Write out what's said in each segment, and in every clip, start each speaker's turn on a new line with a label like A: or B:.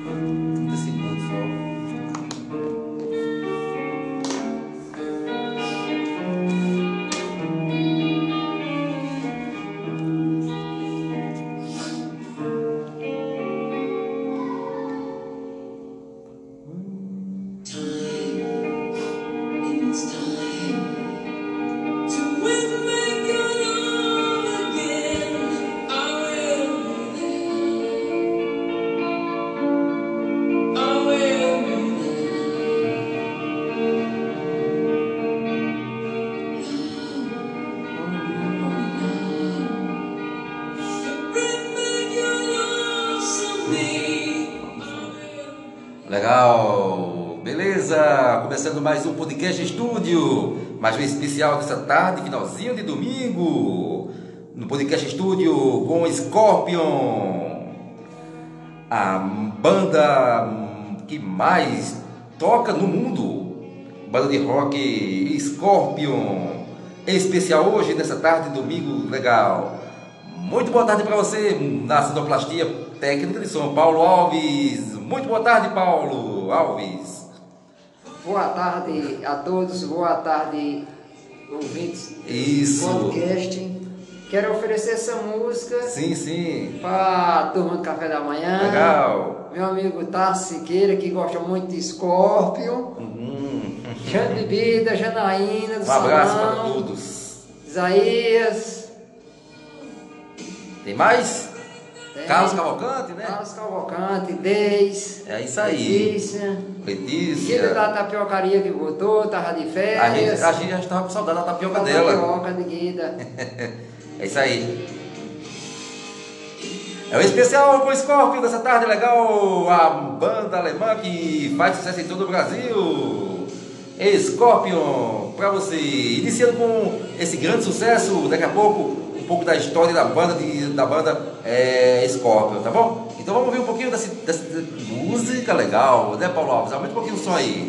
A: 30 segundos só. Legal, beleza? Começando mais um podcast estúdio, mais um especial dessa tarde, finalzinho de domingo, no podcast estúdio com Scorpion, a banda que mais toca no mundo, banda de rock Scorpion, em especial hoje, nessa tarde de domingo, legal. Muito boa tarde para você na sonoplastia técnica de som, Paulo Alves. Muito boa tarde, Paulo Alves.
B: Boa tarde a todos, boa tarde, ouvintes
A: Isso.
B: do podcast. Quero oferecer essa música.
A: Sim.
B: Para a turma do café da manhã.
A: Legal.
B: Meu amigo Tassi Siqueira, que gosta muito de Scorpion. Jane Bebida, Janaína do
A: Um abraço
B: Salão,
A: para todos.
B: Isaías.
A: Tem mais?
B: Tem
A: Carlos Cavalcante, né?
B: Carlos Cavalcante, Deis.
A: É isso aí.
B: Letícia.
A: Letícia.
B: Da tapiocaria que voltou, tava de
A: A
B: férias.
A: gente já estava com saudade da tapioca dela.
B: Tapioca de Guida.
A: É isso aí. É um especial com o Scorpion dessa tarde legal. A banda alemã que faz sucesso em todo o Brasil. Scorpion, pra você. Iniciando com esse grande sucesso, daqui a pouco um pouco da história da banda, Scorpion, tá bom? Então vamos ouvir um pouquinho dessa música legal, né, Paulo Alves? Aumenta um pouquinho o som aí.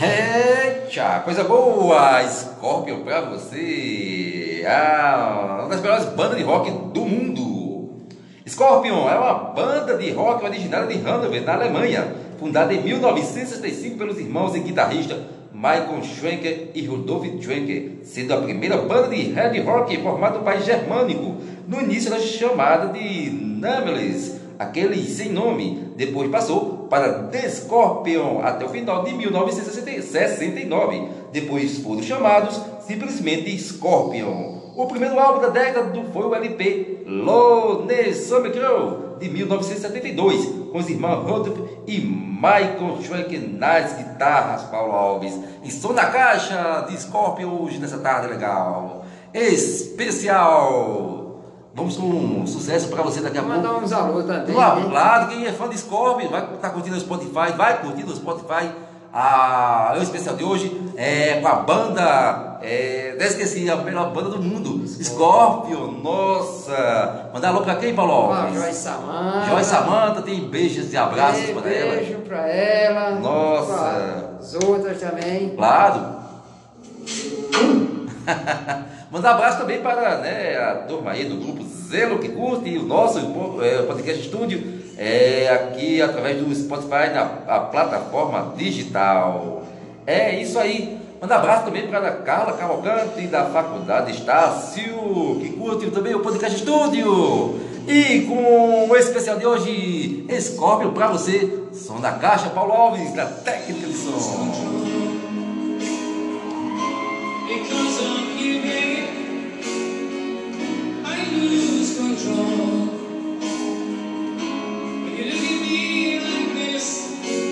A: Eita, coisa boa! Scorpion pra você! Uma das melhores bandas de rock do mundo! Scorpion é uma banda de rock originária de Hannover, na Alemanha, fundada em 1965 pelos irmãos e guitarrista Michael Schenker e Rudolf Schenker, sendo a primeira banda de hard rock formada no país germânico. No início era chamada de Nameless, aquele sem nome, depois passou para The Scorpion até o final de 1969. Depois foram chamados simplesmente Scorpion. O primeiro álbum da década foi o LP Lonely Summer Girl, de 1972, com os irmãos Rudolf e Michael Schenker nas guitarras, Paulo Alves. E som na caixa de Scorpion hoje, nessa tarde legal, especial. Vamos com um sucesso para você daqui a pouco.
B: Mandar uns alô também.
A: Claro, quem é fã de Scorpion vai estar curtindo o Spotify, o especial de hoje é com a banda, esqueci, a melhor banda do mundo, Scorpion. Nossa, mandar alô para quem, Paulo?
B: Joyce Samanta.
A: Joyce Samanta, tem beijos e abraços para ela.
B: Beijo para ela.
A: Nossa.
B: As outras também.
A: Claro. Mandar abraço também para a turma aí do grupo Zelo, que curte o nosso podcast estúdio, aqui através do Spotify, na plataforma digital. É isso aí. Mandar abraço também para a Carla Cavalcante, da Faculdade Estácio, que curte também o podcast estúdio. E com o especial de hoje, Scorpion para você, som da caixa, Paulo Alves, da técnica de som.
C: Because of you, babe, I lose control. When you look at me like this,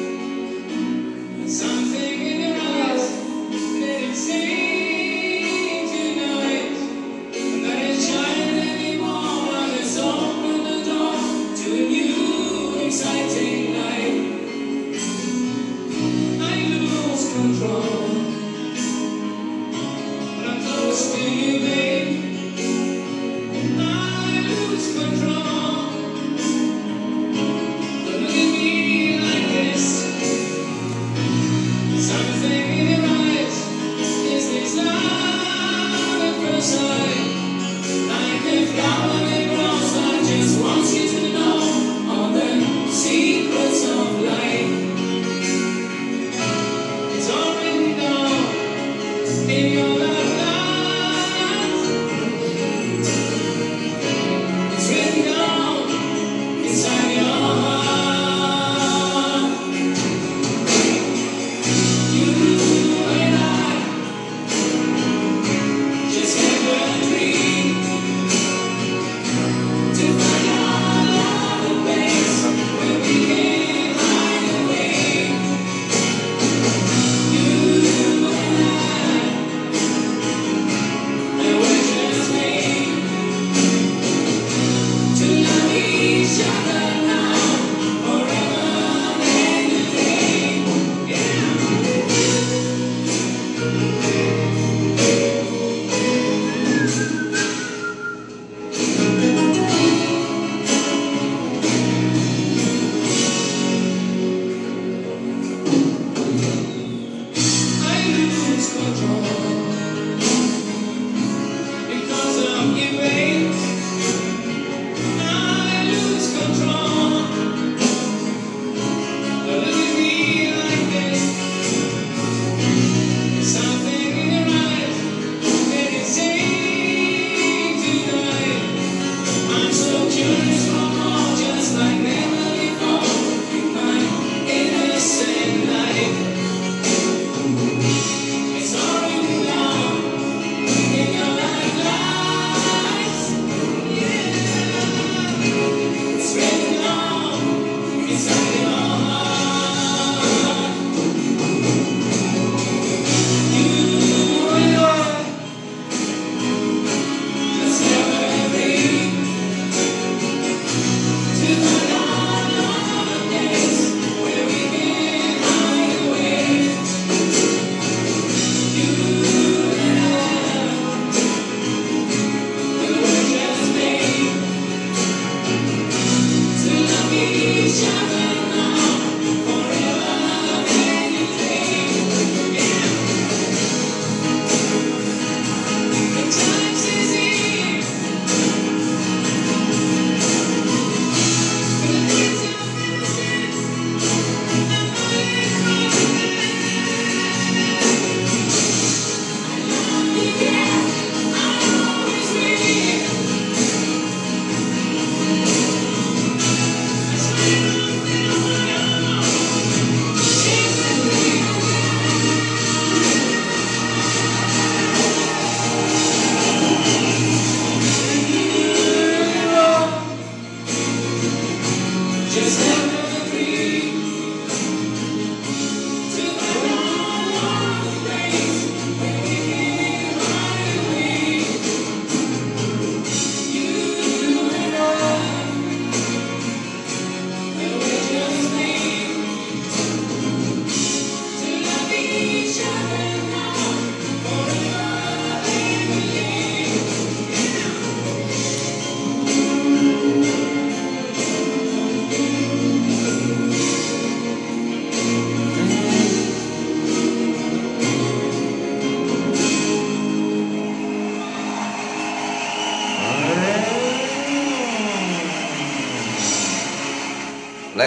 C: something in your eyes, let it say tonight. I'm not a child anymore, I just open the door to a new exciting night. I lose control. Close to you, babe, I lose control. Don't look at me like this. Something in your eyes, is this love at first sight? Like a flower that grows, I just want you to know all the secrets of life. It's already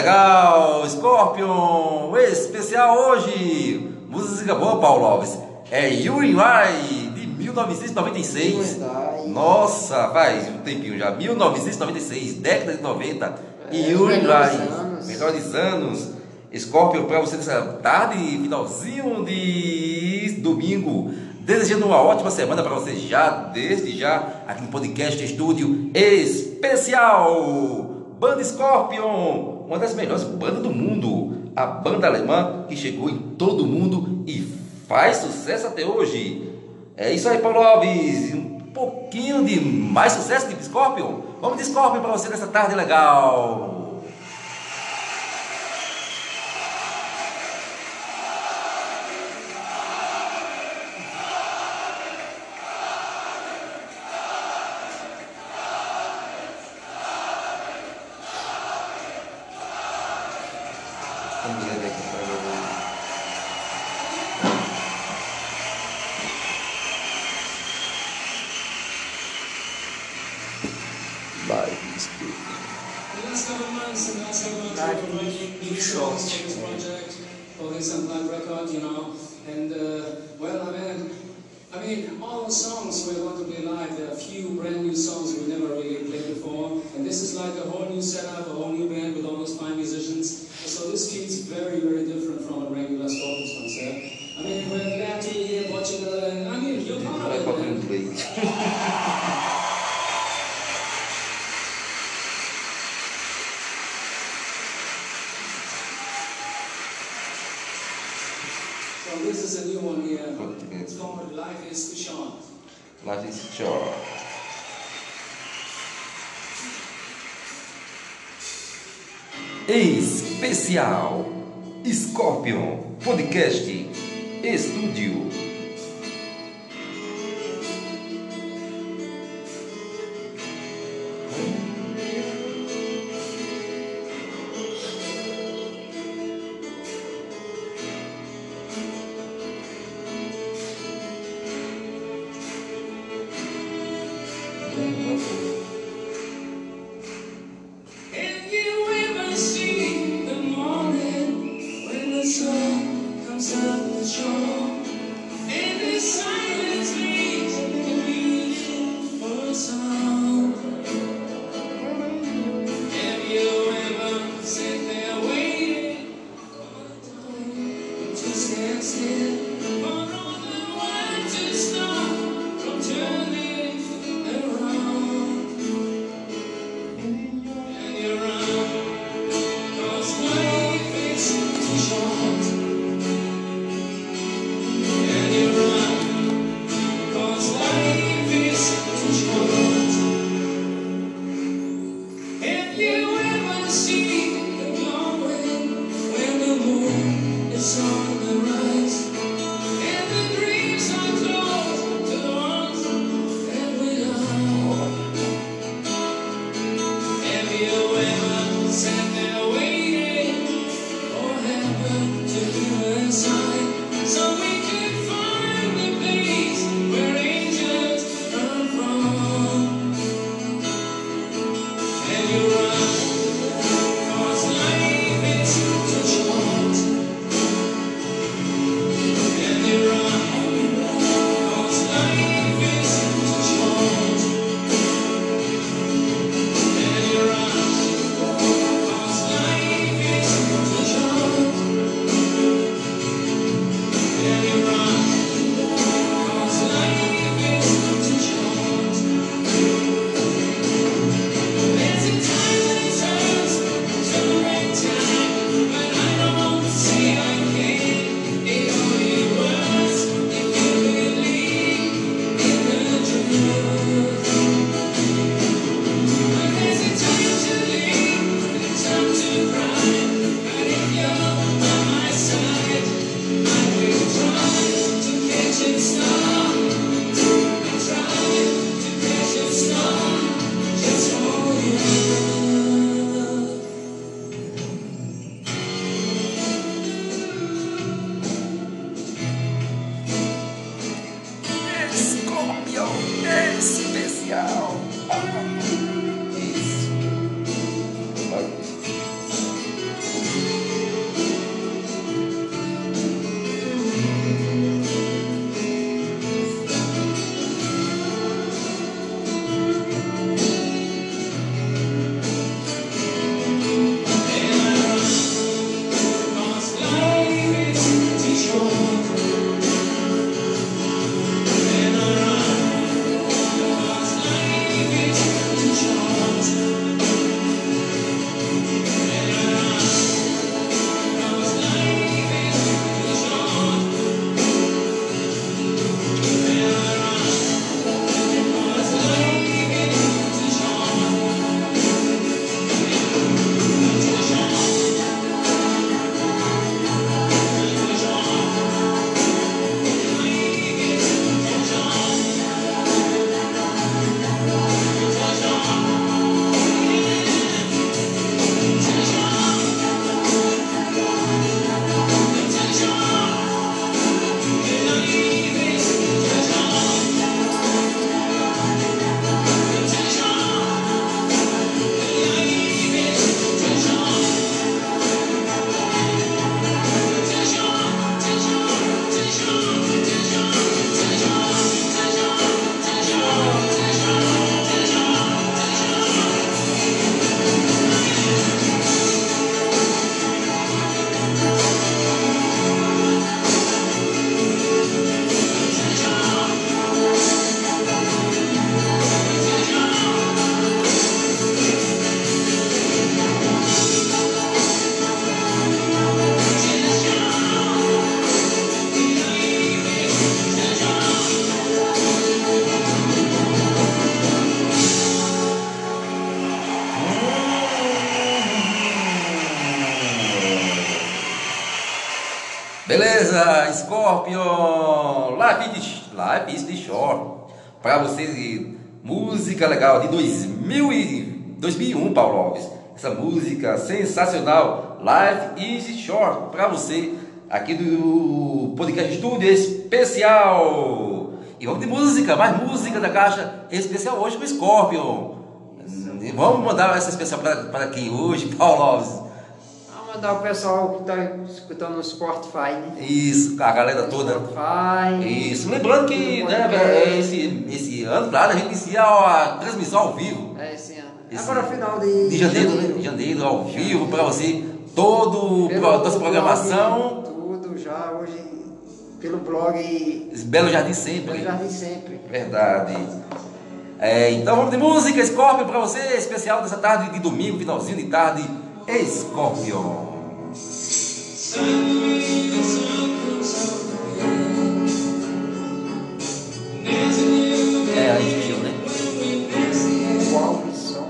A: Legal, Scorpion, especial hoje. Música boa, Paulo Alves. É You and I, de 1996. Nossa, faz um tempinho já. 1996, década de 90. You and I, melhores anos. Scorpion, para você nessa tarde, finalzinho de domingo. Desejando uma ótima semana para você desde já, aqui no podcast Estúdio Especial. Banda Scorpion, uma das melhores bandas do mundo. A banda alemã que chegou em todo mundo e faz sucesso até hoje. É isso aí, Paulo Alves. Um pouquinho de mais sucesso de Scorpion. Vamos de Scorpion para você nessa tarde legal. Vamos ver aqui para Live Studio.
C: The last couple of months, and also for writing new songs for this project, for this unplugged record, you know. And well, I mean, all the songs we're going to play live. There are a few brand new songs we never really played before, and this is like a whole new setup, a whole new band with all those fine musicians. So this feels very, very different from a regular Scorpions concert. I mean, we're glad to be here watching the. I mean, you're part of it, man. So this is a new one here. It's called Life is Too Short.
A: Life is Short. Especial Scorpion Podcast Estúdio.
C: Have you ever seen the morning when the sun comes up the shore and the silence leaves the beautiful song? Have you ever sat there waiting for time to stand still, for all the world to stop from turning around? And you run, 'cause life is too short. And you run, 'cause life is too short. Have you ever seen the glowing when the moon is on the rise? And the dreams are close to the ones that we love. Have you ever sat there waiting for heaven to give a sign so we could find the place where angels come from? And you run, 'cause life is too short. And you run, 'cause life is too short. And you run, 'cause life is too short.
A: Beleza, Scorpion, Life is the Shore. Para você, música legal de 2001, Paulo Alves. Essa música sensacional, Life is Shore, para você, aqui do Podcast Estúdio Especial. E vamos de música, mais música da caixa especial hoje com Scorpion. Vamos mandar essa especial para quem hoje, Paulo Alves?
B: Mandar o pessoal que está escutando no Spotify, né?
A: Isso, a galera toda.
B: Spotify.
A: Isso, lembrando que né, esse ano, claro, a gente inicia a transmissão ao vivo.
B: É esse ano. Agora final de
A: janeiro, né? De janeiro, ao vivo, para você, toda essa programação.
B: Tudo já hoje, pelo blog.
A: Belo Jardim Sempre.
B: Belo Jardim Sempre.
A: Verdade. Então vamos de música, Scorpion, para você, especial dessa tarde de domingo, finalzinho de tarde. Scorpion. A gente viu, né?
B: Qual que som?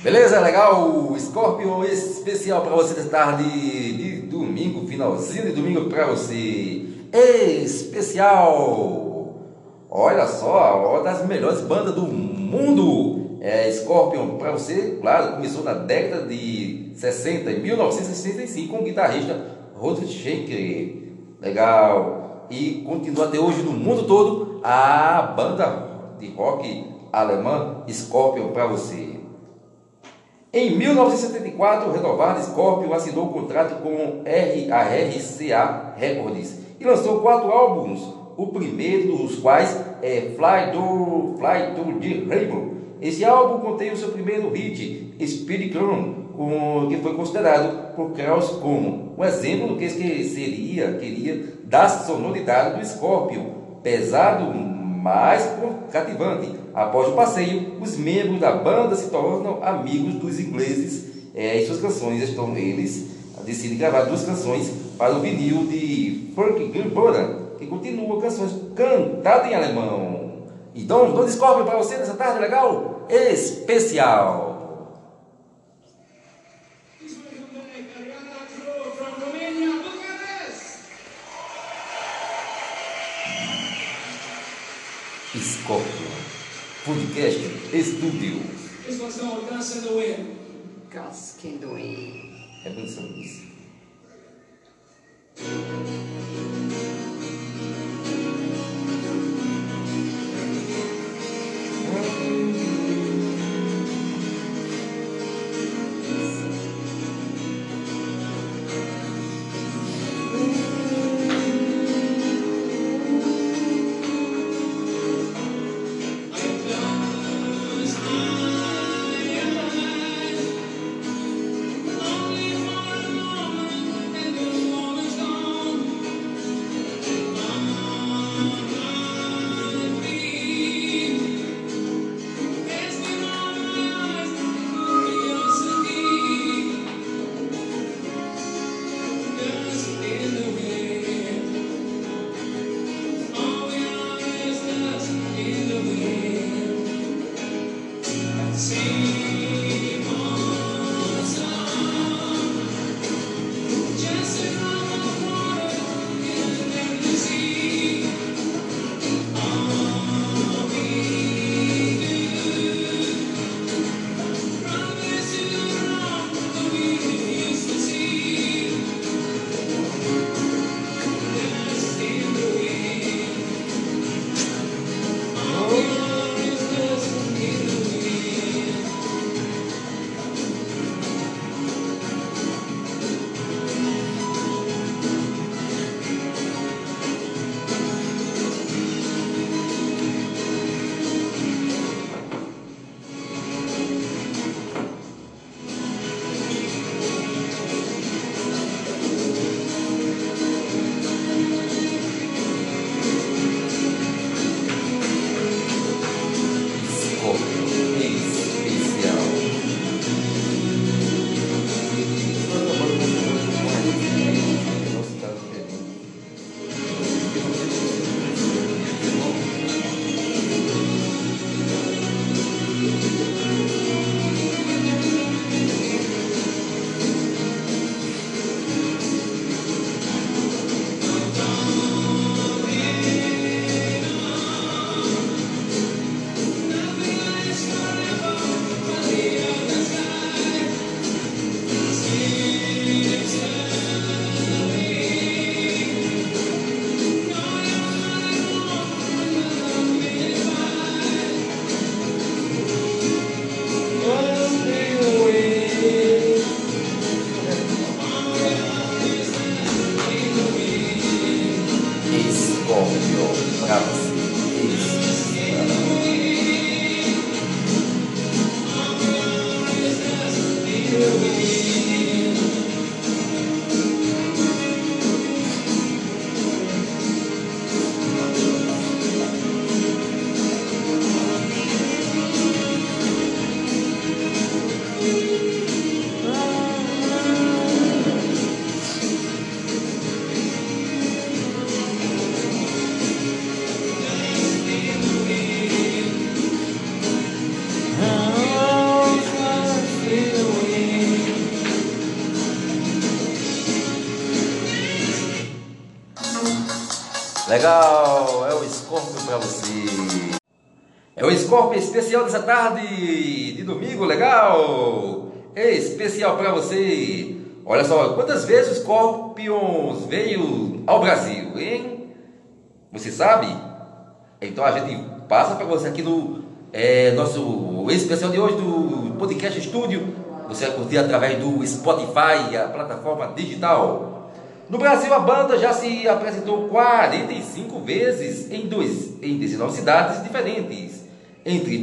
A: Beleza? Legal? Scorpion especial para você de tarde de domingo, finalzinho de domingo para você. Especial! Olha só, uma das melhores bandas do mundo. Scorpion para você, claro, começou na década de 60, em 1965, com o guitarrista Roderick Schenker. Legal! E continua até hoje no mundo todo a banda de rock alemã Scorpion para você. Em 1974, o renovado Scorpion assinou um contrato com a RCA Records e lançou 4 álbuns, o primeiro dos quais é Fly to the Rainbow. Esse álbum contém o seu primeiro hit, Spirit Clone, que foi considerado por Krauss como um exemplo do que queria da sonoridade do Scorpion, pesado, mas cativante. Após o passeio, os membros da banda se tornam amigos dos ingleses e suas canções eles decidem gravar 2 canções para o vinil de Frank Gilbert, que continua canções cantadas em alemão. Então, Don Scorpion para você nessa tarde legal especial. Scorpion Podcast Estúdio.
C: This one's called Dance in the Wind.
B: Gust in the Wind.
A: É pensando nisso. Scorpio para você. É o Scorpio especial dessa tarde de domingo, legal? É especial para você. Olha só, quantas vezes o Scorpions veio ao Brasil, hein? Você sabe? Então a gente passa para você aqui no nosso especial de hoje do Podcast Estúdio. Você vai curtir através do Spotify, a plataforma digital. No Brasil, a banda já se apresentou 45 vezes em 19 cidades diferentes, entre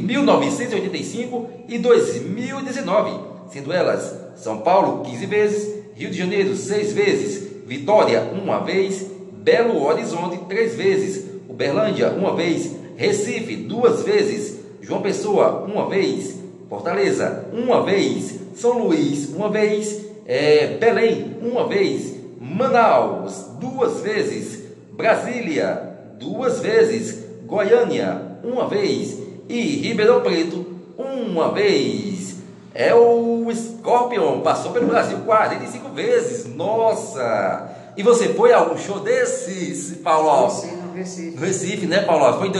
A: 1985 e 2019, sendo elas São Paulo 15 vezes, Rio de Janeiro 6 vezes, Vitória 1 vez, Belo Horizonte 3 vezes, Uberlândia 1 vez, Recife 2 vezes, João Pessoa 1 vez, Fortaleza 1 vez, São Luís 1 vez, Belém 1 vez, Manaus 2 vezes, Brasília 2 vezes, Goiânia 1 vez e Ribeirão Preto 1 vez. É o Scorpion, passou pelo Brasil 45 vezes, nossa! E você foi a algum show desses, Paulo?
B: Sim, no Recife.
A: No Recife, né, Paulo? Foi em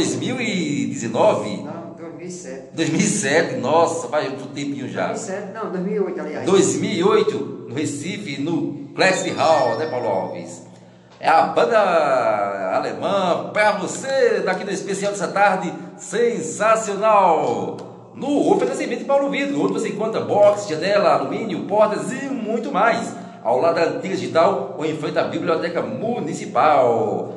A: 2019?
B: Não, 2007.
A: 2007, nossa, faz um tempinho já.
B: 2007, não, 2008, aliás.
A: 2008, no Recife, no Classic Hall, né, Paulo Alves? É a banda alemã para você, daqui no especial dessa tarde, sensacional! No oferecimento de Paulo Vidro, onde você encontra box, janela, alumínio, portas e muito mais, ao lado da Antiga Digital ou em frente à Biblioteca Municipal.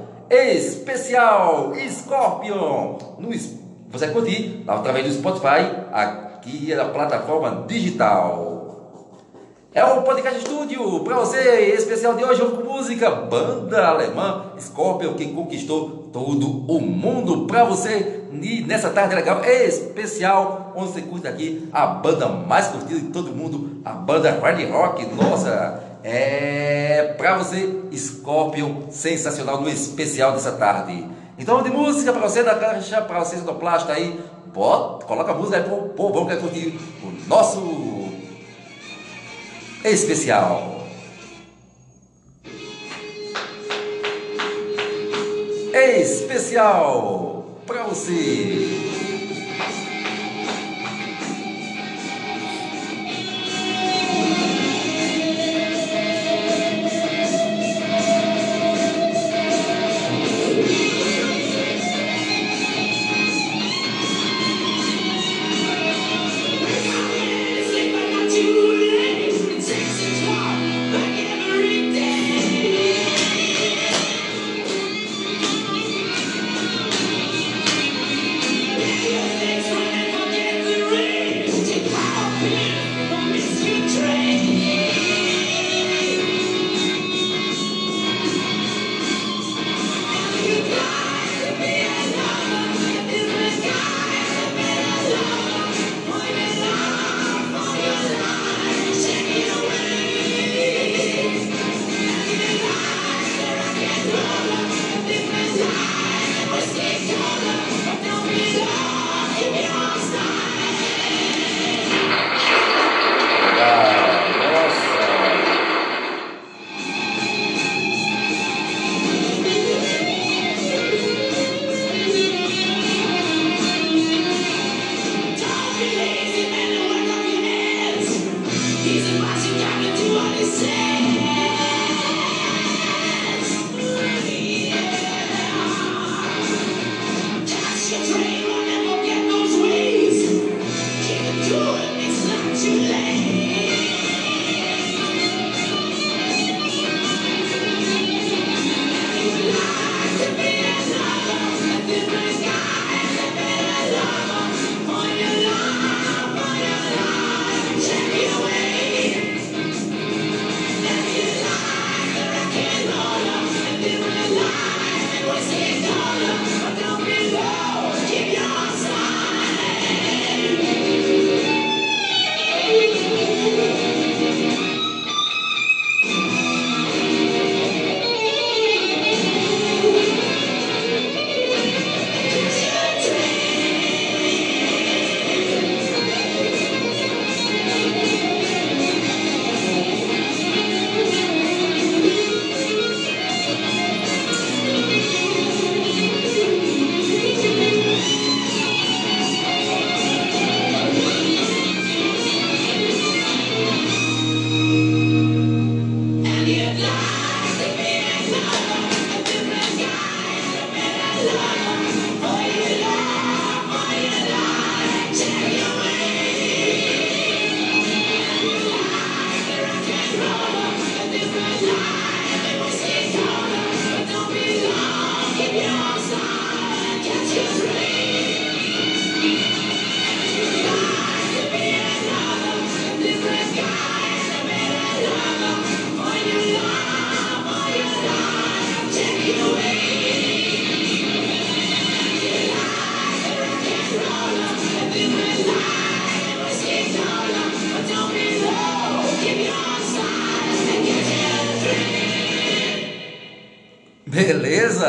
A: Especial Scorpion! Você vai curtir através do Spotify, aqui na plataforma digital. É o Podcast Estúdio para você, especial de hoje, com música, banda alemã Scorpion, que conquistou todo o mundo para você. E nessa tarde legal, especial, onde você curte aqui a banda mais curtida de todo mundo, a banda hard rock, nossa, para você, Scorpion, sensacional no especial dessa tarde. Então, de música para você da caixa, para você do plástico aí, coloca a música aí pro povo que vai curtir o nosso especial. Especial para você.
C: Keep your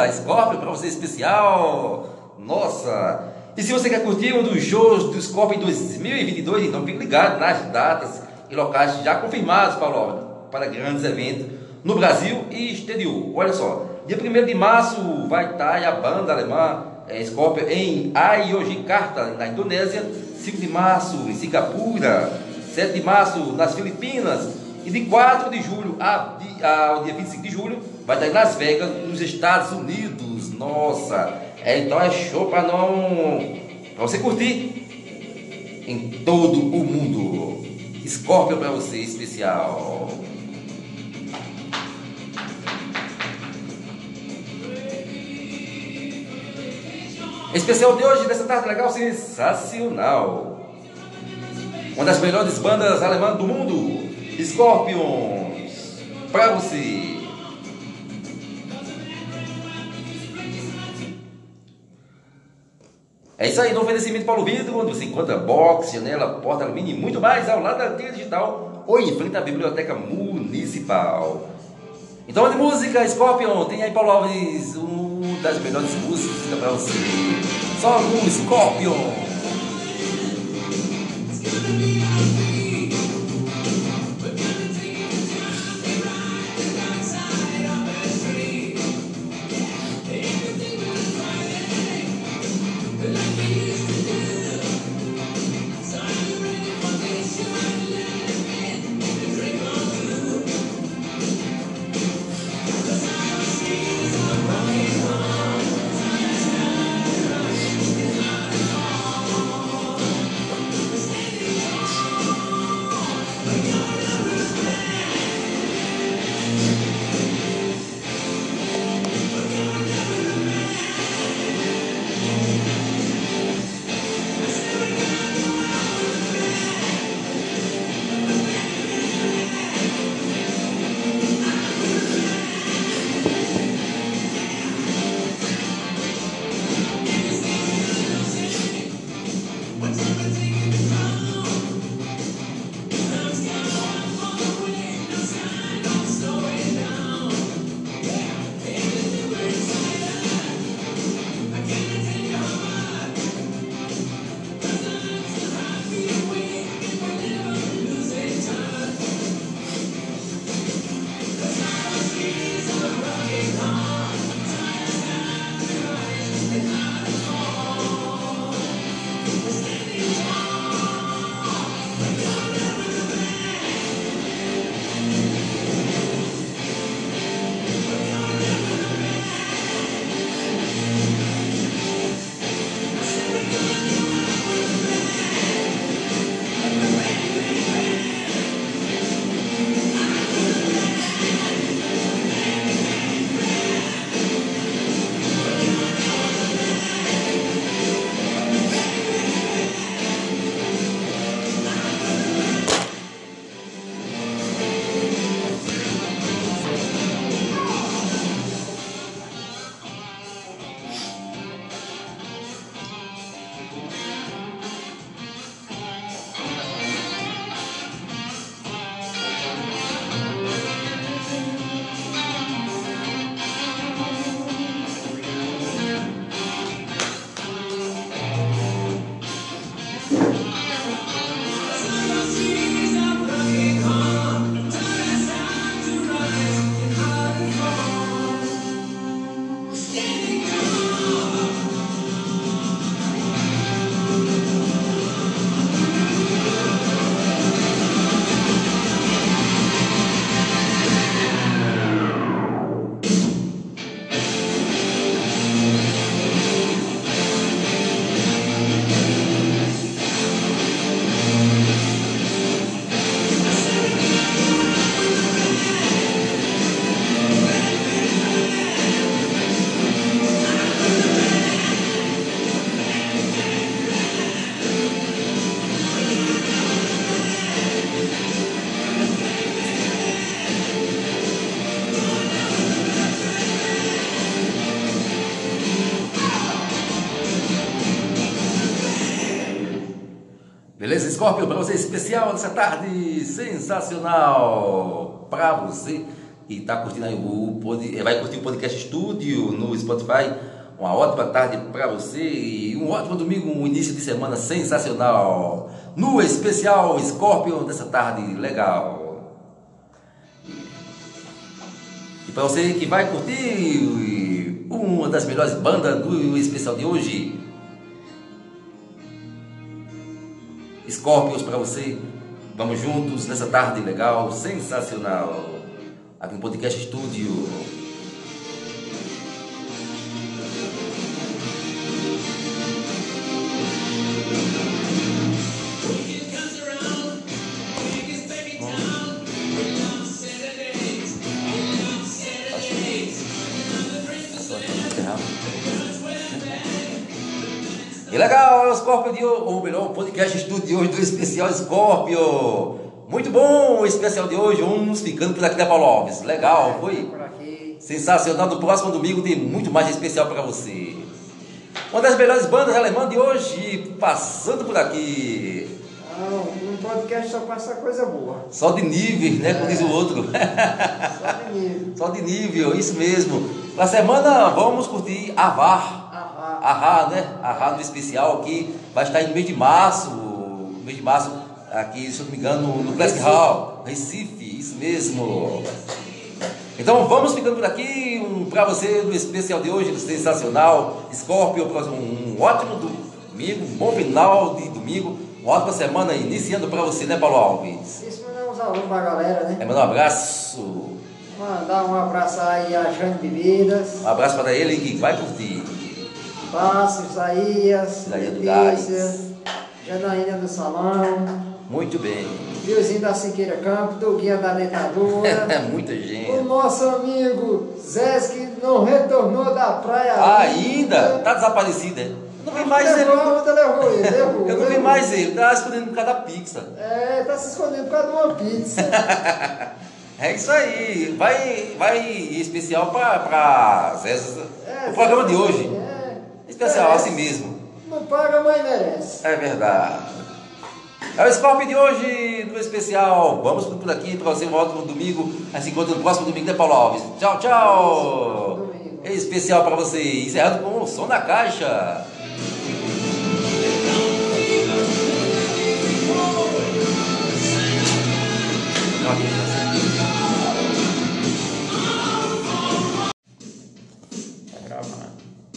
A: Scorpio, para você especial. Nossa! E se você quer curtir um dos shows do Scorpio em 2022, então fique ligado nas datas e locais já confirmados para grandes eventos no Brasil e exterior. Olha só, dia 1º de março vai estar a banda alemã Scorpio em Yogyakarta, na Indonésia. 5 de março em Singapura. 7 de março nas Filipinas. E de 4 de julho ao dia 25 de julho vai estar em Las Vegas, nos Estados Unidos. Nossa, então é show para você curtir em todo o mundo. Scorpio para você especial. Especial de hoje, dessa tarde legal, sensacional. Uma das melhores bandas alemãs do mundo, Scorpions, pra você. É isso aí, no oferecimento Paulo Vidro, onde você encontra box, janela, porta, alumínio e muito mais, ao lado da Telha Digital ou em frente à Biblioteca Municipal. Então, de música, Scorpion, tem aí Paulo Alves, uma das melhores músicas pra você. Só no Scorpion. Beleza, Scorpio, para você especial nessa tarde sensacional. Para você e tá curtindo aí vai curtir o Podcast Estúdio no Spotify. Uma ótima tarde para você e um ótimo domingo, um início de semana sensacional. No especial Scorpion dessa tarde legal. E para você que vai curtir uma das melhores bandas do especial de hoje, Scorpions para você. Vamos juntos nessa tarde legal, sensacional, aqui no Podcast Estúdio. E legal, é o Scorpio de hoje, ou melhor, o Podcast Estúdio de hoje do especial Scorpio. Muito bom o especial de hoje, uns ficando por aqui da Paulo Alves. Legal, foi?
B: Por aqui.
A: Sensacional. No próximo domingo tem muito mais especial para você. Uma das melhores bandas alemãs de hoje, passando por aqui.
B: Não, um podcast só passa coisa boa.
A: Só de nível, né? Como diz o outro.
B: Só de nível.
A: Só de nível, isso mesmo. Na semana vamos curtir Avar. Ahá, né? Ahá no especial aqui. Vai estar no mês de março. Aqui, se eu não me engano, no Classic Hall, Recife, isso mesmo. Então vamos ficando por aqui. Para você no especial de hoje, sensacional. Scorpio, um ótimo domingo, um bom final de domingo. Uma ótima semana iniciando para você, né, Paulo Alves?
B: Isso, mandar uns alôs pra galera, né?
A: Mandar um abraço.
B: Mandar um abraço aí a Jane Bebidas.
A: Um abraço para ele que vai curtir.
B: Passo, Isaías,
A: do
B: Letícia, Janaína do Salão.
A: Muito bem.
B: Viozinho da Siqueira Campo, do Guia da Dentadura.
A: É muita gente.
B: O nosso amigo Zé, que não retornou da praia
A: ainda. Tá desaparecido, é? Não vi mais ele.
B: Levou ele.
A: Eu não vi mais ele, tá escondendo por causa da pizza.
B: É, tá se escondendo por causa de uma pizza.
A: É isso aí. Vai especial para o programa de hoje. Especial, assim mesmo.
B: Não paga, mas merece.
A: É verdade. É o Scorpio de hoje, no especial. Vamos por aqui para você um ótimo domingo. A gente se encontra no próximo domingo, né, Paulo Alves? Tchau, tchau. É especial para você. Encerrado com o som na caixa. Tá gravando.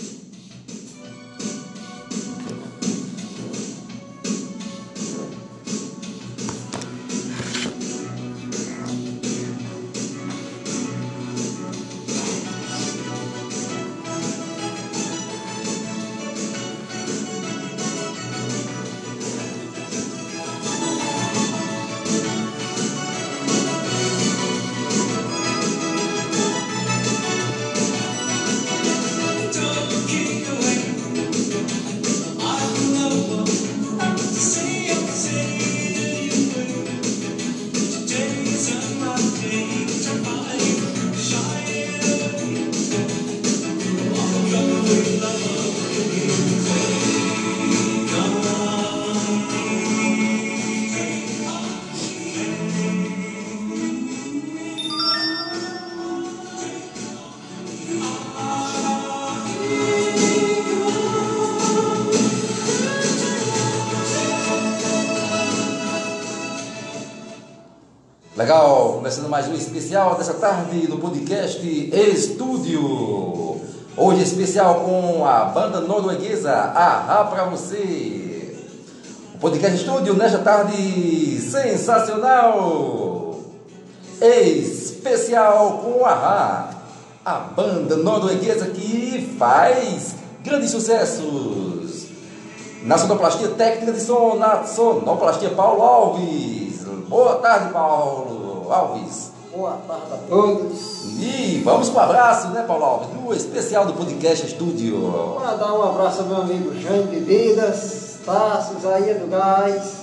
A: Legal, começando mais um especial dessa tarde no Podcast Estúdio. Hoje especial com a banda norueguesa Ahá para você. O Podcast Estúdio nesta tarde sensacional. Especial com Ahá, a banda norueguesa que faz grandes sucessos na sonoplastia técnica de som, na sonoplastia Paulo Alves. Boa tarde, Paulo Alves.
B: Boa tarde a todos.
A: E vamos com um abraço, né, Paulo Alves? No especial do Podcast Estúdio.
B: Vou dar um abraço ao meu amigo Jane Bebidas, Taços, aí do Gás.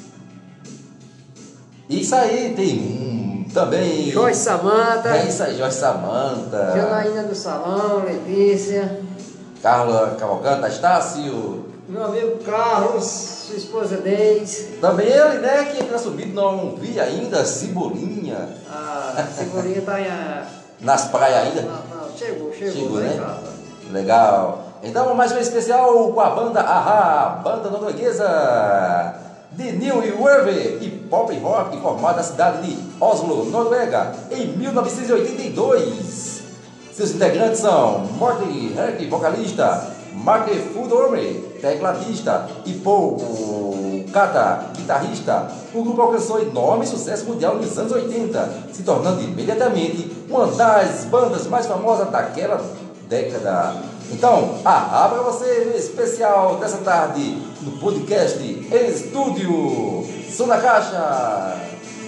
A: Isso aí, tem também.
B: Joyce Samanta.
A: É isso aí, Joyce Samanta.
B: Janaína do Salão, Letícia.
A: Carla Cavalcante, Estácio.
B: Meu amigo Carlos, sua esposa Deise.
A: Também ele, né, que está subido, não vi ainda, Cebolinha.
B: A Cebolinha tá
A: Nas praias ainda.
B: não, chegou,
A: Né?
B: Em casa.
A: Legal. Então, mais um especial com a banda Ahá, banda norueguesa de New Wave e pop rock, formada na cidade de Oslo, Noruega, em 1982. Seus integrantes são Morten Herk, vocalista, Mark Fudorme, tecladista, e Paul Kata, guitarrista. O grupo alcançou enorme sucesso mundial nos anos 80, se tornando imediatamente uma das bandas mais famosas daquela década. Então, para você no especial dessa tarde no podcast Estúdio Som na Caixa.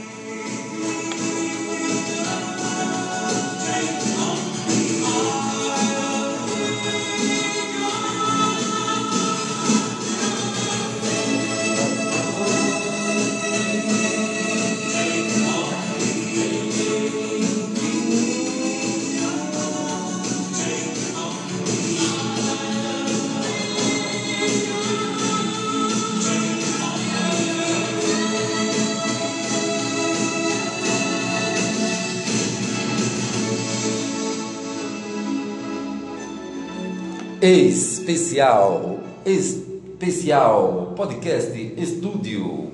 A: Especial podcast Estúdio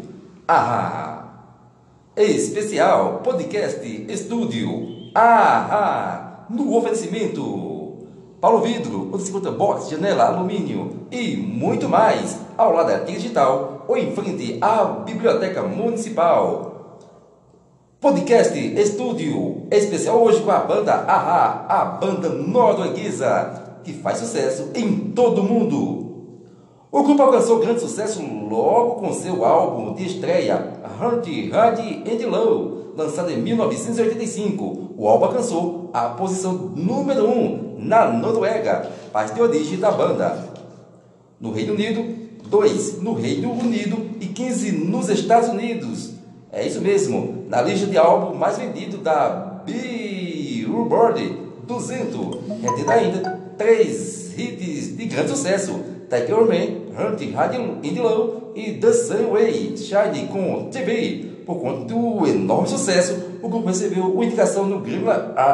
A: Especial podcast Estúdio no oferecimento Paulo Vidro, onde se encontra box, janela, alumínio e muito mais, ao lado da Tia Digital ou em frente à Biblioteca Municipal. Podcast Estúdio especial hoje com a banda a banda norueguesa que faz sucesso em todo o mundo. O grupo alcançou grande sucesso logo com seu álbum de estreia, Hard and Low, lançado em 1985. O álbum alcançou a posição número 1 na Noruega, país de origem da banda. No Reino Unido, 2 no Reino Unido e 15 nos Estados Unidos. É isso mesmo, na lista de álbum mais vendido da Billboard 200, retendo ainda 3 hits de grande sucesso: Take Your Man, Hard and Low e The Same Way Shine com TV. Por conta do enorme sucesso, o grupo recebeu uma indicação no Grammy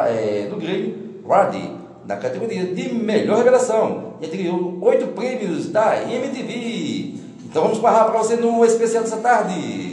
A: Award na categoria de melhor revelação e ganhou 8 prêmios da MTV. Então vamos parar para você no especial dessa tarde.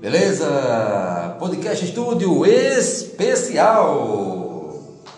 A: Beleza? Podcast Estúdio especial.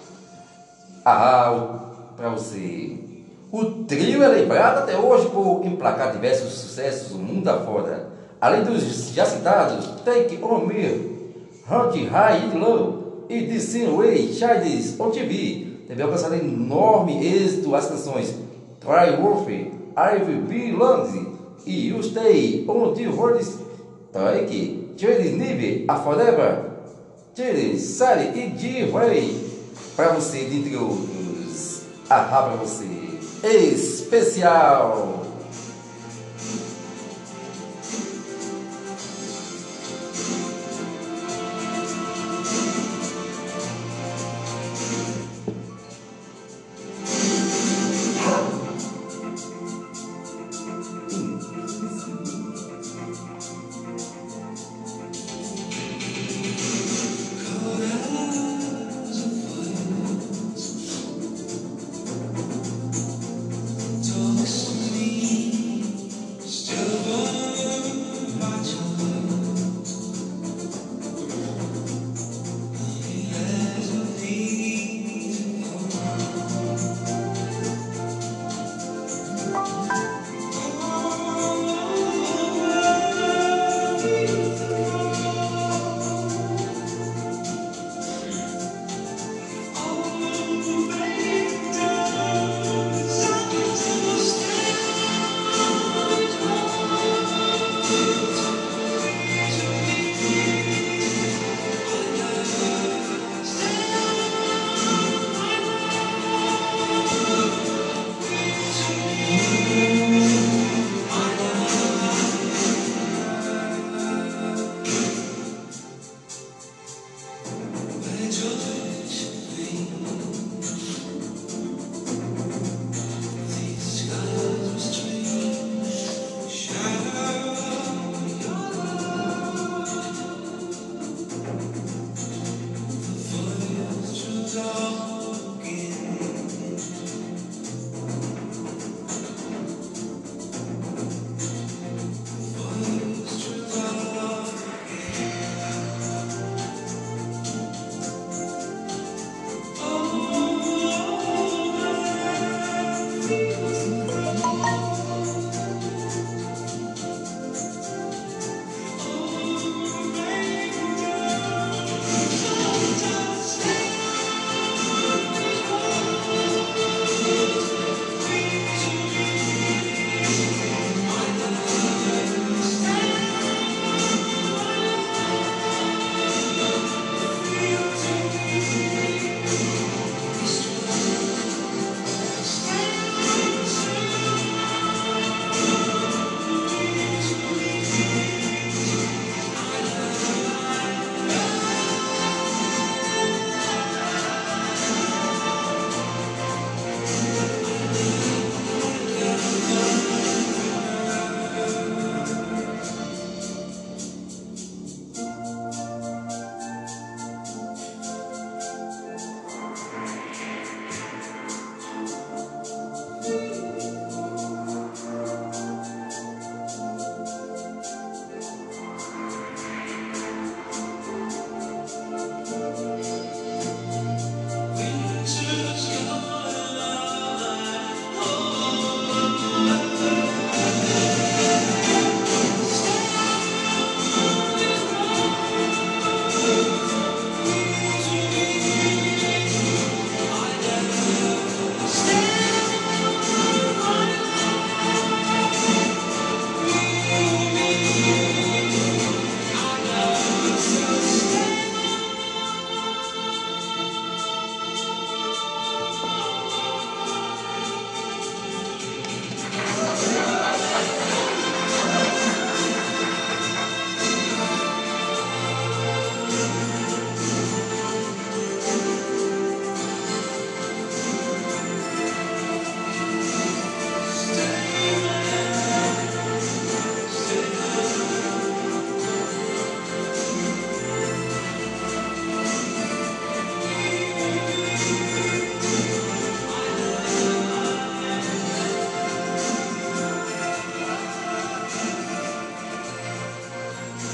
A: Para você. O trio é lembrado até hoje por emplacar diversos sucessos no mundo afora. Além dos já citados Take On Me, Hard High and Low e The Same Way Shines on TV, também alcançaram enorme êxito as canções Try Worth, I Will Be Lonely e You Stay On The World Take, Trade Nive, A Forever, Trade Sally e G-Way. Para você, dentre outros, para você, especial.
C: Talks to me.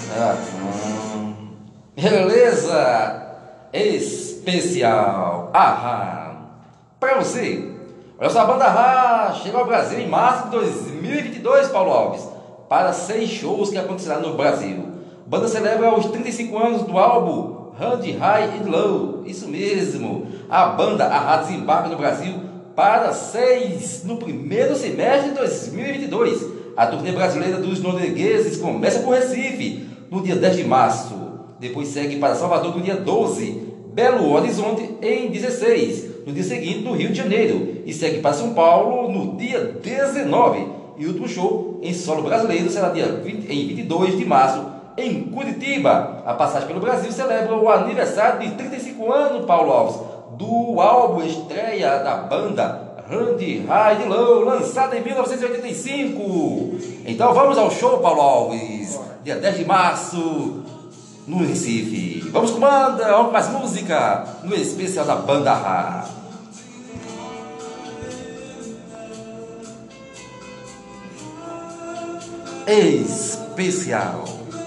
A: Beleza? Especial Ahá para você. Olha só, a banda Ahá chegou ao Brasil em março de 2022, Paulo Alves, para 6 shows que acontecerão no Brasil. A banda celebra os 35 anos do álbum Hand High and Low. Isso mesmo. A banda Ahá desembarca no Brasil para 6 no primeiro semestre de 2022. A turnê brasileira dos noruegueses começa por Recife no dia 10 de março. Depois segue para Salvador no dia 12, Belo Horizonte em 16, no dia seguinte no Rio de Janeiro, e segue para São Paulo no dia 19. E o último show em solo brasileiro será em 22 de março em Curitiba. A passagem pelo Brasil celebra o aniversário de 35 anos, Paulo Alves, do álbum estreia da banda Hand High and Low, lançado em 1985. Então vamos ao show, Paulo Alves, dia 10 de março no Recife. Vamos com banda, vamos com mais música no especial da banda Ahá. Especial.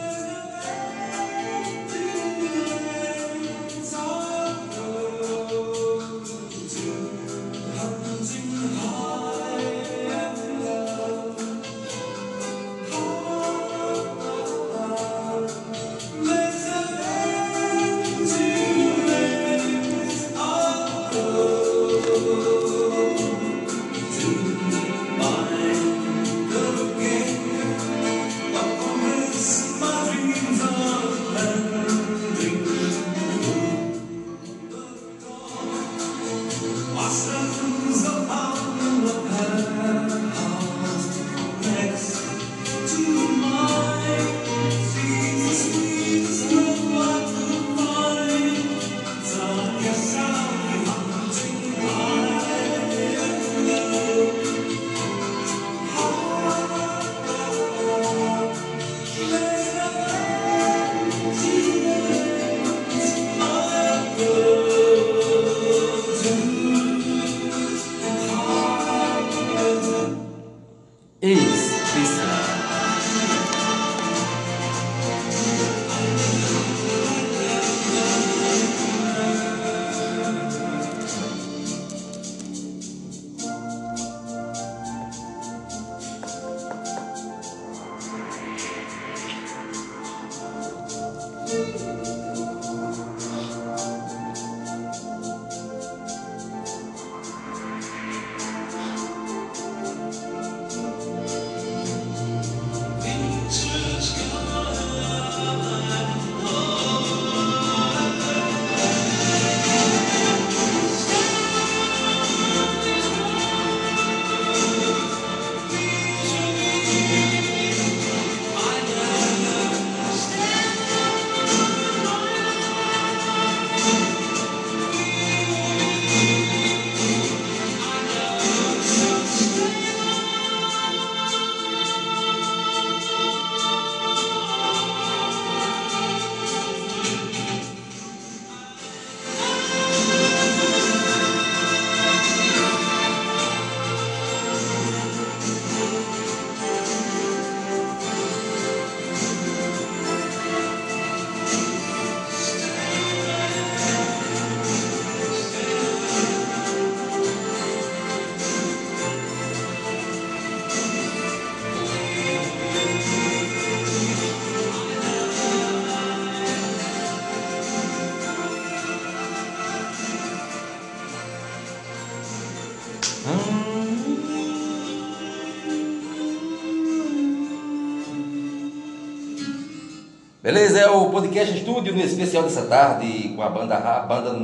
A: Beleza, é o podcast estúdio no especial dessa tarde com a banda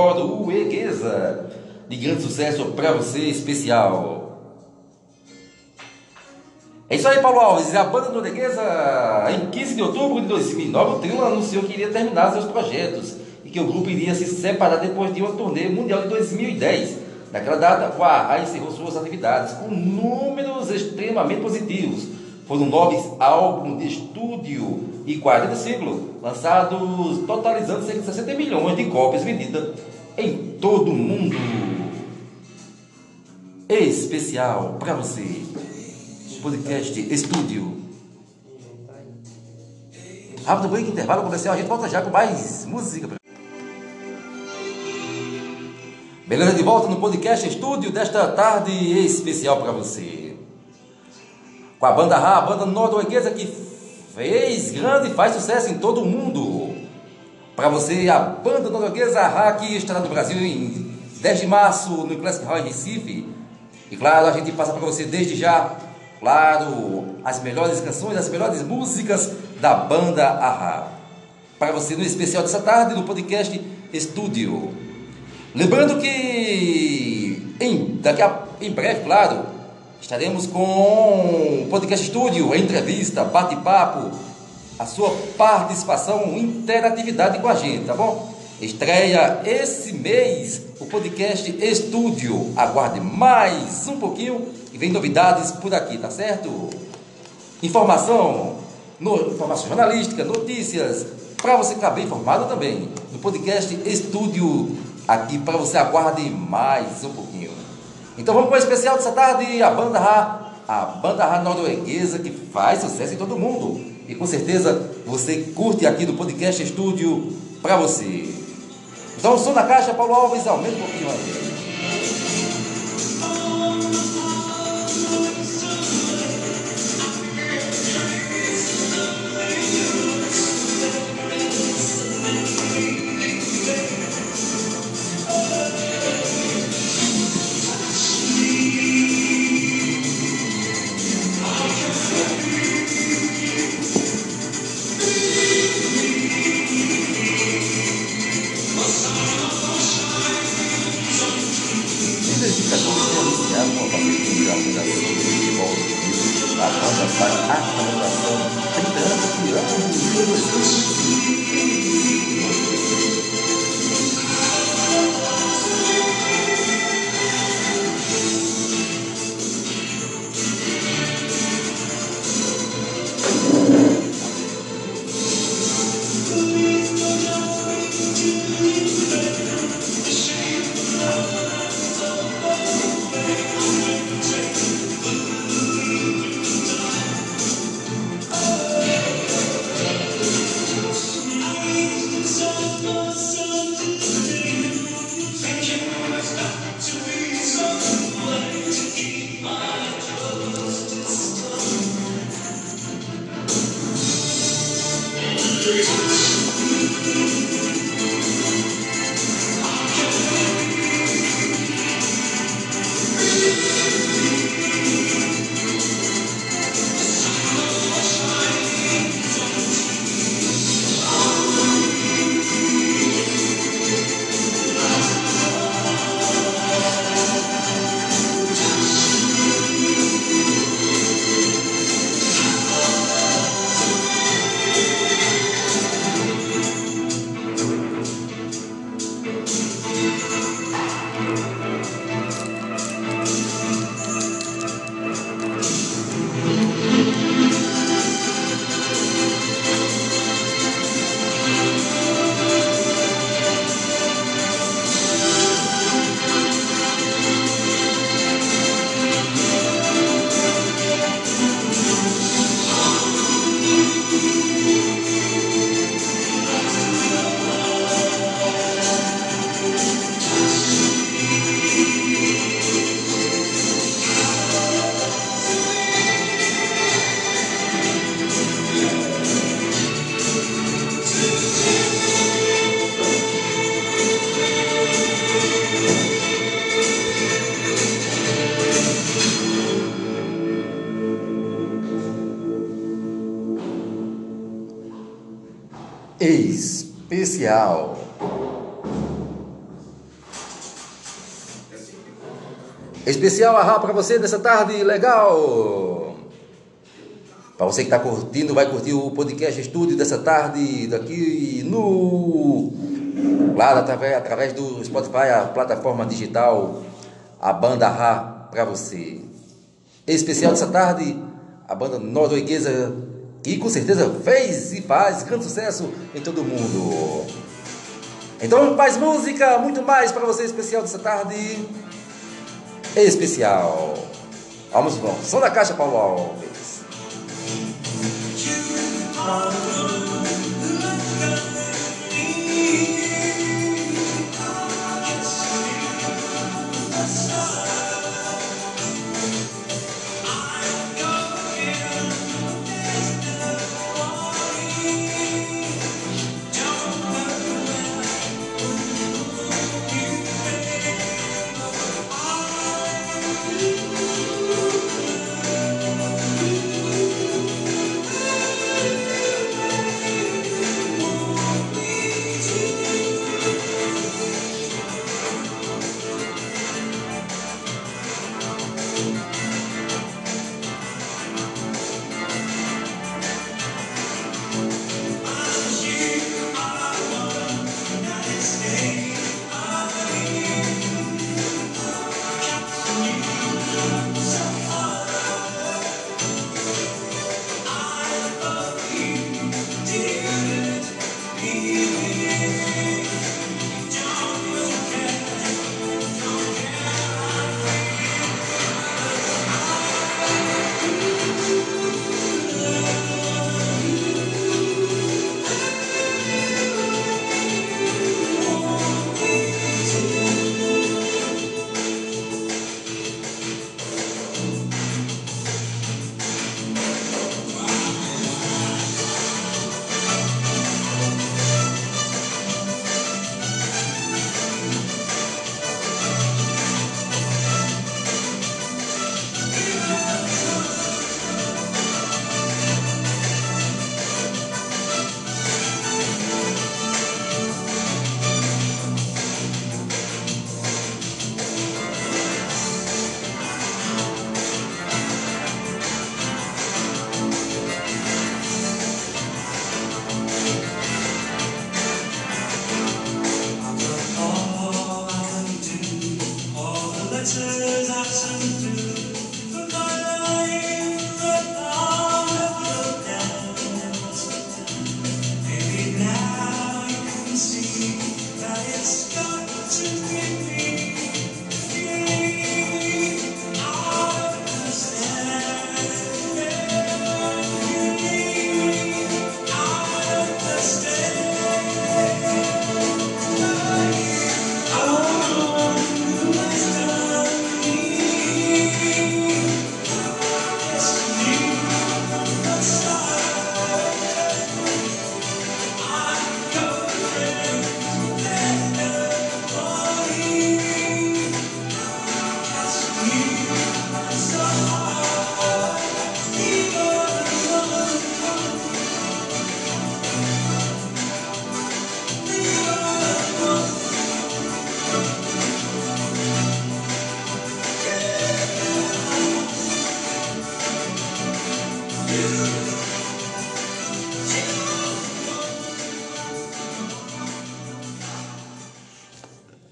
A: norueguesa de grande sucesso para você, especial. É isso aí, Paulo Alves. A banda norueguesa, em 15 de outubro de 2009, o trio anunciou que iria terminar seus projetos e que o grupo iria se separar depois de uma turnê mundial de 2010. Naquela data, o Ahá encerrou suas atividades com números extremamente positivos. Foram 9 álbuns de estúdio e 40 singles lançados, totalizando cerca de 60 milhões de cópias vendidas em todo o mundo. Especial para você, podcast estúdio. Rápido break, intervalo comercial, a gente volta já com mais música. Beleza, de volta no podcast estúdio desta tarde especial para você. Com a banda Ra, a banda norueguesa que fez grande e faz sucesso em todo o mundo. Para você, a banda norueguesa Ra, que estará no Brasil em 10 de março no Classic Hall em Recife. E claro, a gente passa para você desde já, claro, as melhores canções, as melhores músicas da banda Ra. Para você no especial dessa tarde no podcast estúdio. Lembrando que em breve, claro, estaremos com o podcast estúdio, a entrevista, bate-papo, a sua participação, interatividade com a gente, tá bom? Estreia esse mês o podcast estúdio. Aguarde mais um pouquinho e vem novidades por aqui, tá certo? Informação jornalística, notícias, para você ficar bem informado também no podcast estúdio. Aqui para você, aguarde mais um pouquinho. Então vamos com o especial dessa tarde, a banda Ra norueguesa que faz sucesso em todo mundo. E com certeza você curte aqui do podcast estúdio para você. Então som na caixa, Paulo Alves, aumenta um pouquinho aí. A banda faz a comemoração 30 anos de anos. Especial. Especial Ra para você nessa tarde legal. Para você que está curtindo, vai curtir o podcast estúdio dessa tarde daqui lá através do Spotify, a plataforma digital, a banda Ra para você. Especial dessa tarde, a banda norueguesa que com certeza fez e faz grande sucesso em todo o mundo. Então, mais música, muito mais para você, especial dessa tarde. Especial. Vamos, som da caixa, Paulo Alves.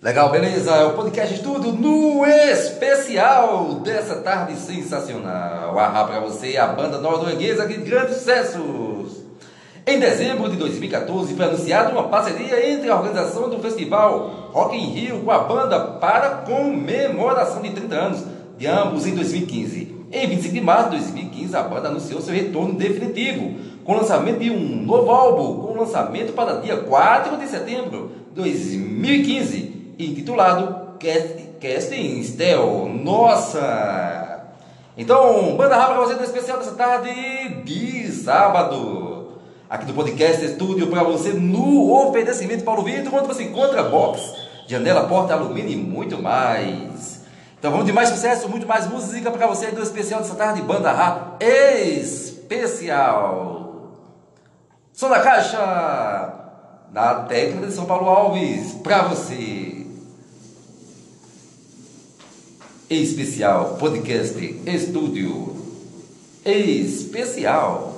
A: Legal, beleza? É o podcast Estúdio no especial dessa tarde sensacional. Arra para você a banda norueguesa de grandes sucessos. Em dezembro de 2014 foi anunciada uma parceria entre a organização do festival Rock in Rio com a banda para comemoração de 30 anos de ambos em 2015. Em 25 de março de 2015 a banda anunciou seu retorno definitivo com o lançamento de um novo álbum, com lançamento para dia 4 de setembro de 2015. Intitulado Casting Stell. Nossa! Então, banda rapa para você no especial dessa tarde de sábado. Aqui do Podcast Estúdio para você no oferecimento de Paulo Vitor, onde você encontra box, janela, porta, alumínio e muito mais. Então vamos de mais sucesso, muito mais música para você no especial dessa tarde, banda rapa especial. Som da caixa, na técnica de São Paulo Alves, para você. Especial Podcast Estúdio Especial.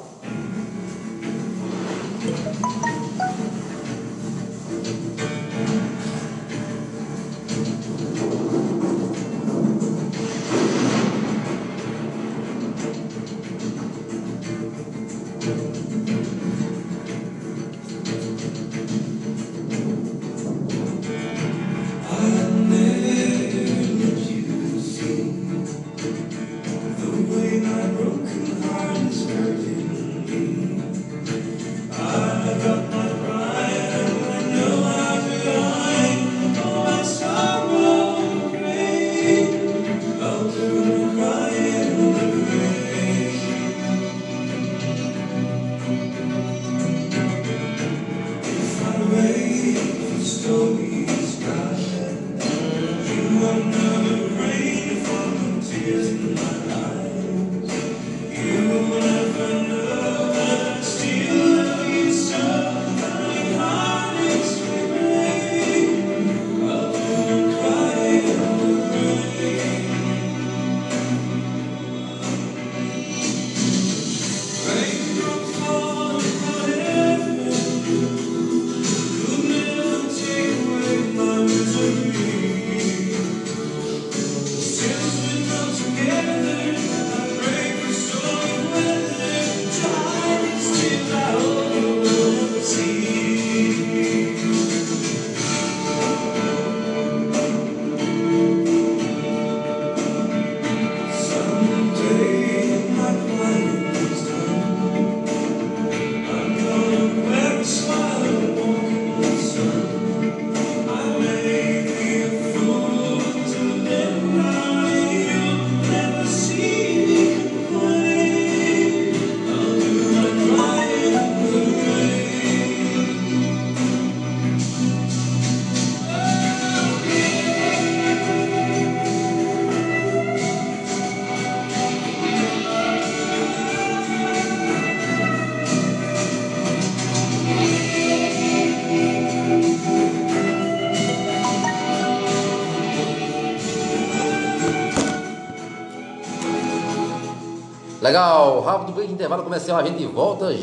A: Legal, rápido break de intervalo comercial, a gente volta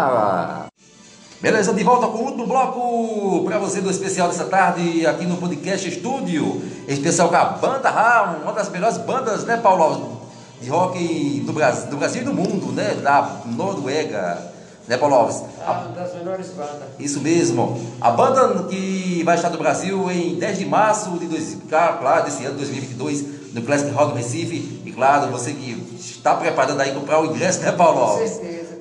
A: já. Beleza, de volta com o último bloco para você do especial dessa tarde aqui no Podcast Estúdio. Especial com a Banda Ra, uma das melhores bandas, né, Paulo, de rock do Brasil e do mundo, né, da Noruega, né, Paulo Alves?
B: Uma das melhores bandas.
A: Isso mesmo. A banda que vai estar no Brasil em 10 de março desse ano 2022, no Classic Hall do Recife. E claro, você que está preparando aí comprar o ingresso, né, Paulo?
B: Com certeza.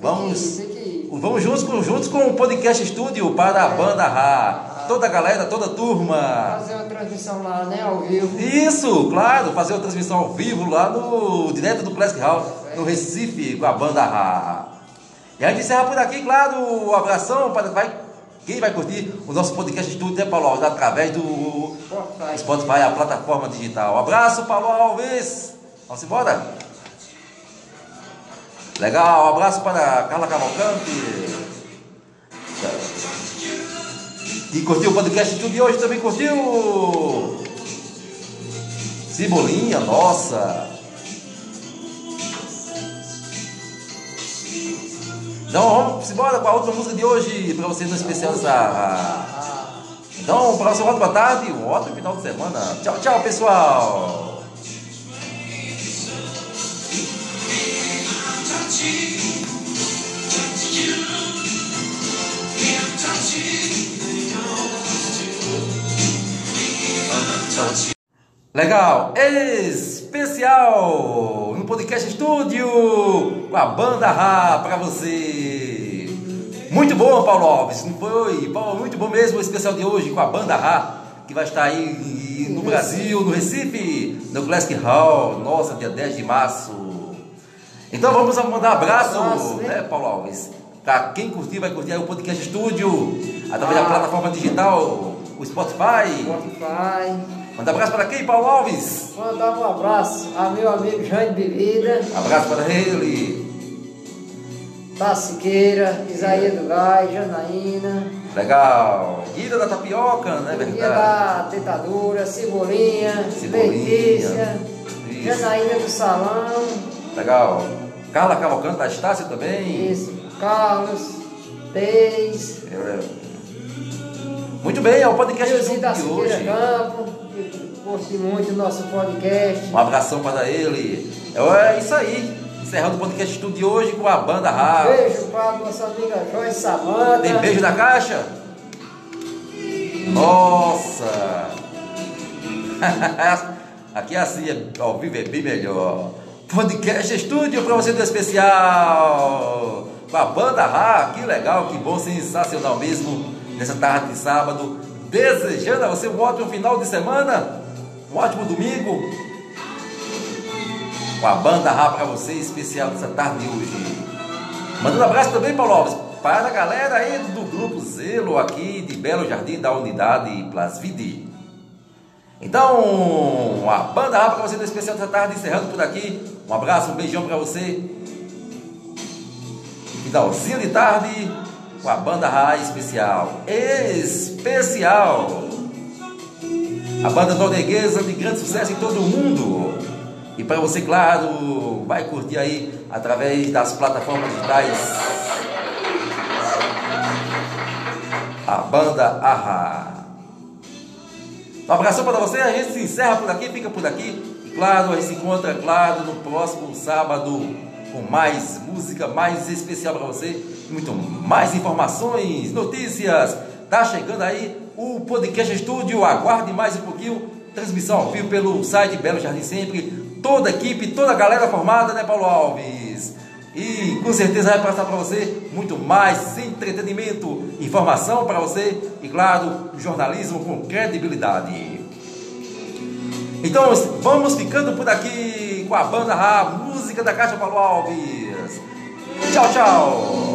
A: Vamos juntos com o Podcast Estúdio para a Banda Ra. Toda a galera, toda a turma.
B: Fazer uma transmissão lá, né, ao vivo.
A: Isso, claro, fazer uma transmissão ao vivo lá direto do Classic Hall, no Recife, com a Banda Ra. E a gente encerra por aqui, claro, um abração para quem vai curtir o nosso Podcast Estúdio, né, Paulo Alves, através do Spotify, a plataforma digital. Um abraço, Paulo Alves. Vamos embora? Legal, um abraço para Carla Cavalcante. E curtiu o Podcast Estúdio de hoje, também curtiu? Cebolinha, nossa. Então vamos embora com a outra música de hoje para você no especial dessa. Então, para você, uma boa tarde, um ótimo final de semana. Tchau, tchau, pessoal. Legal, especial no Podcast Estúdio com a Banda Rá para você. Muito bom, Paulo Alves, não foi? Paulo, muito bom mesmo o especial de hoje com a Banda Rá, que vai estar aí no Brasil, no Recife, no Classic Hall, nossa, dia 10 de março. Então vamos mandar abraço, né, Paulo Alves? Para quem curtir, vai curtir aí o Podcast Estúdio através da plataforma digital, o Spotify. Manda abraço para quem, Paulo Alves?
B: Mandar um abraço ao meu amigo Jânio Bebida.
A: Abraço para ele.
B: Siqueira, Isaías do Gás, Janaína.
A: Legal. Guida da Tapioca, né?
B: Guida da Tentadura, Cebolinha, Letícia, Janaína do Salão.
A: Legal. Carla Cavalcante da Estácio também.
B: Isso, Carlos, Teis.
A: Muito bem, é o podcast
B: de hoje.
A: Campo,
B: curti muito o nosso podcast.
A: Um abração para ele. É isso aí. Encerrando o podcast Estúdio de hoje com a Banda Rá.
B: Beijo para a nossa amiga Joyce Samanta.
A: Tem beijo na caixa? Nossa! Aqui é assim, ao vivo é bem melhor. Podcast Estúdio para você do especial com a Banda Rá. Que legal, que bom, sensacional mesmo. Nessa tarde de sábado, desejando a você um ótimo final de semana, um ótimo domingo, com a Banda Rá para você, especial nessa tarde de hoje. Mandando um abraço também, Paulo Alves, para a galera aí do Grupo Zelo, aqui de Belo Jardim, da Unidade Plasvide. Então, a Banda Rá para você, no especial dessa tarde, encerrando por aqui. Um abraço, um beijão para você. Finalzinho de tarde, com a Banda Rá especial. A banda norueguesa de grande sucesso em todo o mundo. E para você, claro, vai curtir aí através das plataformas digitais. A Banda Rá. Um abração para você, a gente se encerra por aqui, fica por aqui. E claro, a gente se encontra, claro, no próximo sábado com mais música, mais especial para você. Muito mais informações, notícias. Tá chegando aí o Podcast Estúdio. Aguarde mais um pouquinho. Transmissão ao vivo pelo site Belo Jardim Sempre. Toda a equipe, toda a galera formada, né, Paulo Alves? E com certeza vai passar para você muito mais entretenimento, informação para você e, claro, jornalismo com credibilidade. Então vamos ficando por aqui com a Banda Rá, música da Caixa Paulo Alves. Tchau, tchau.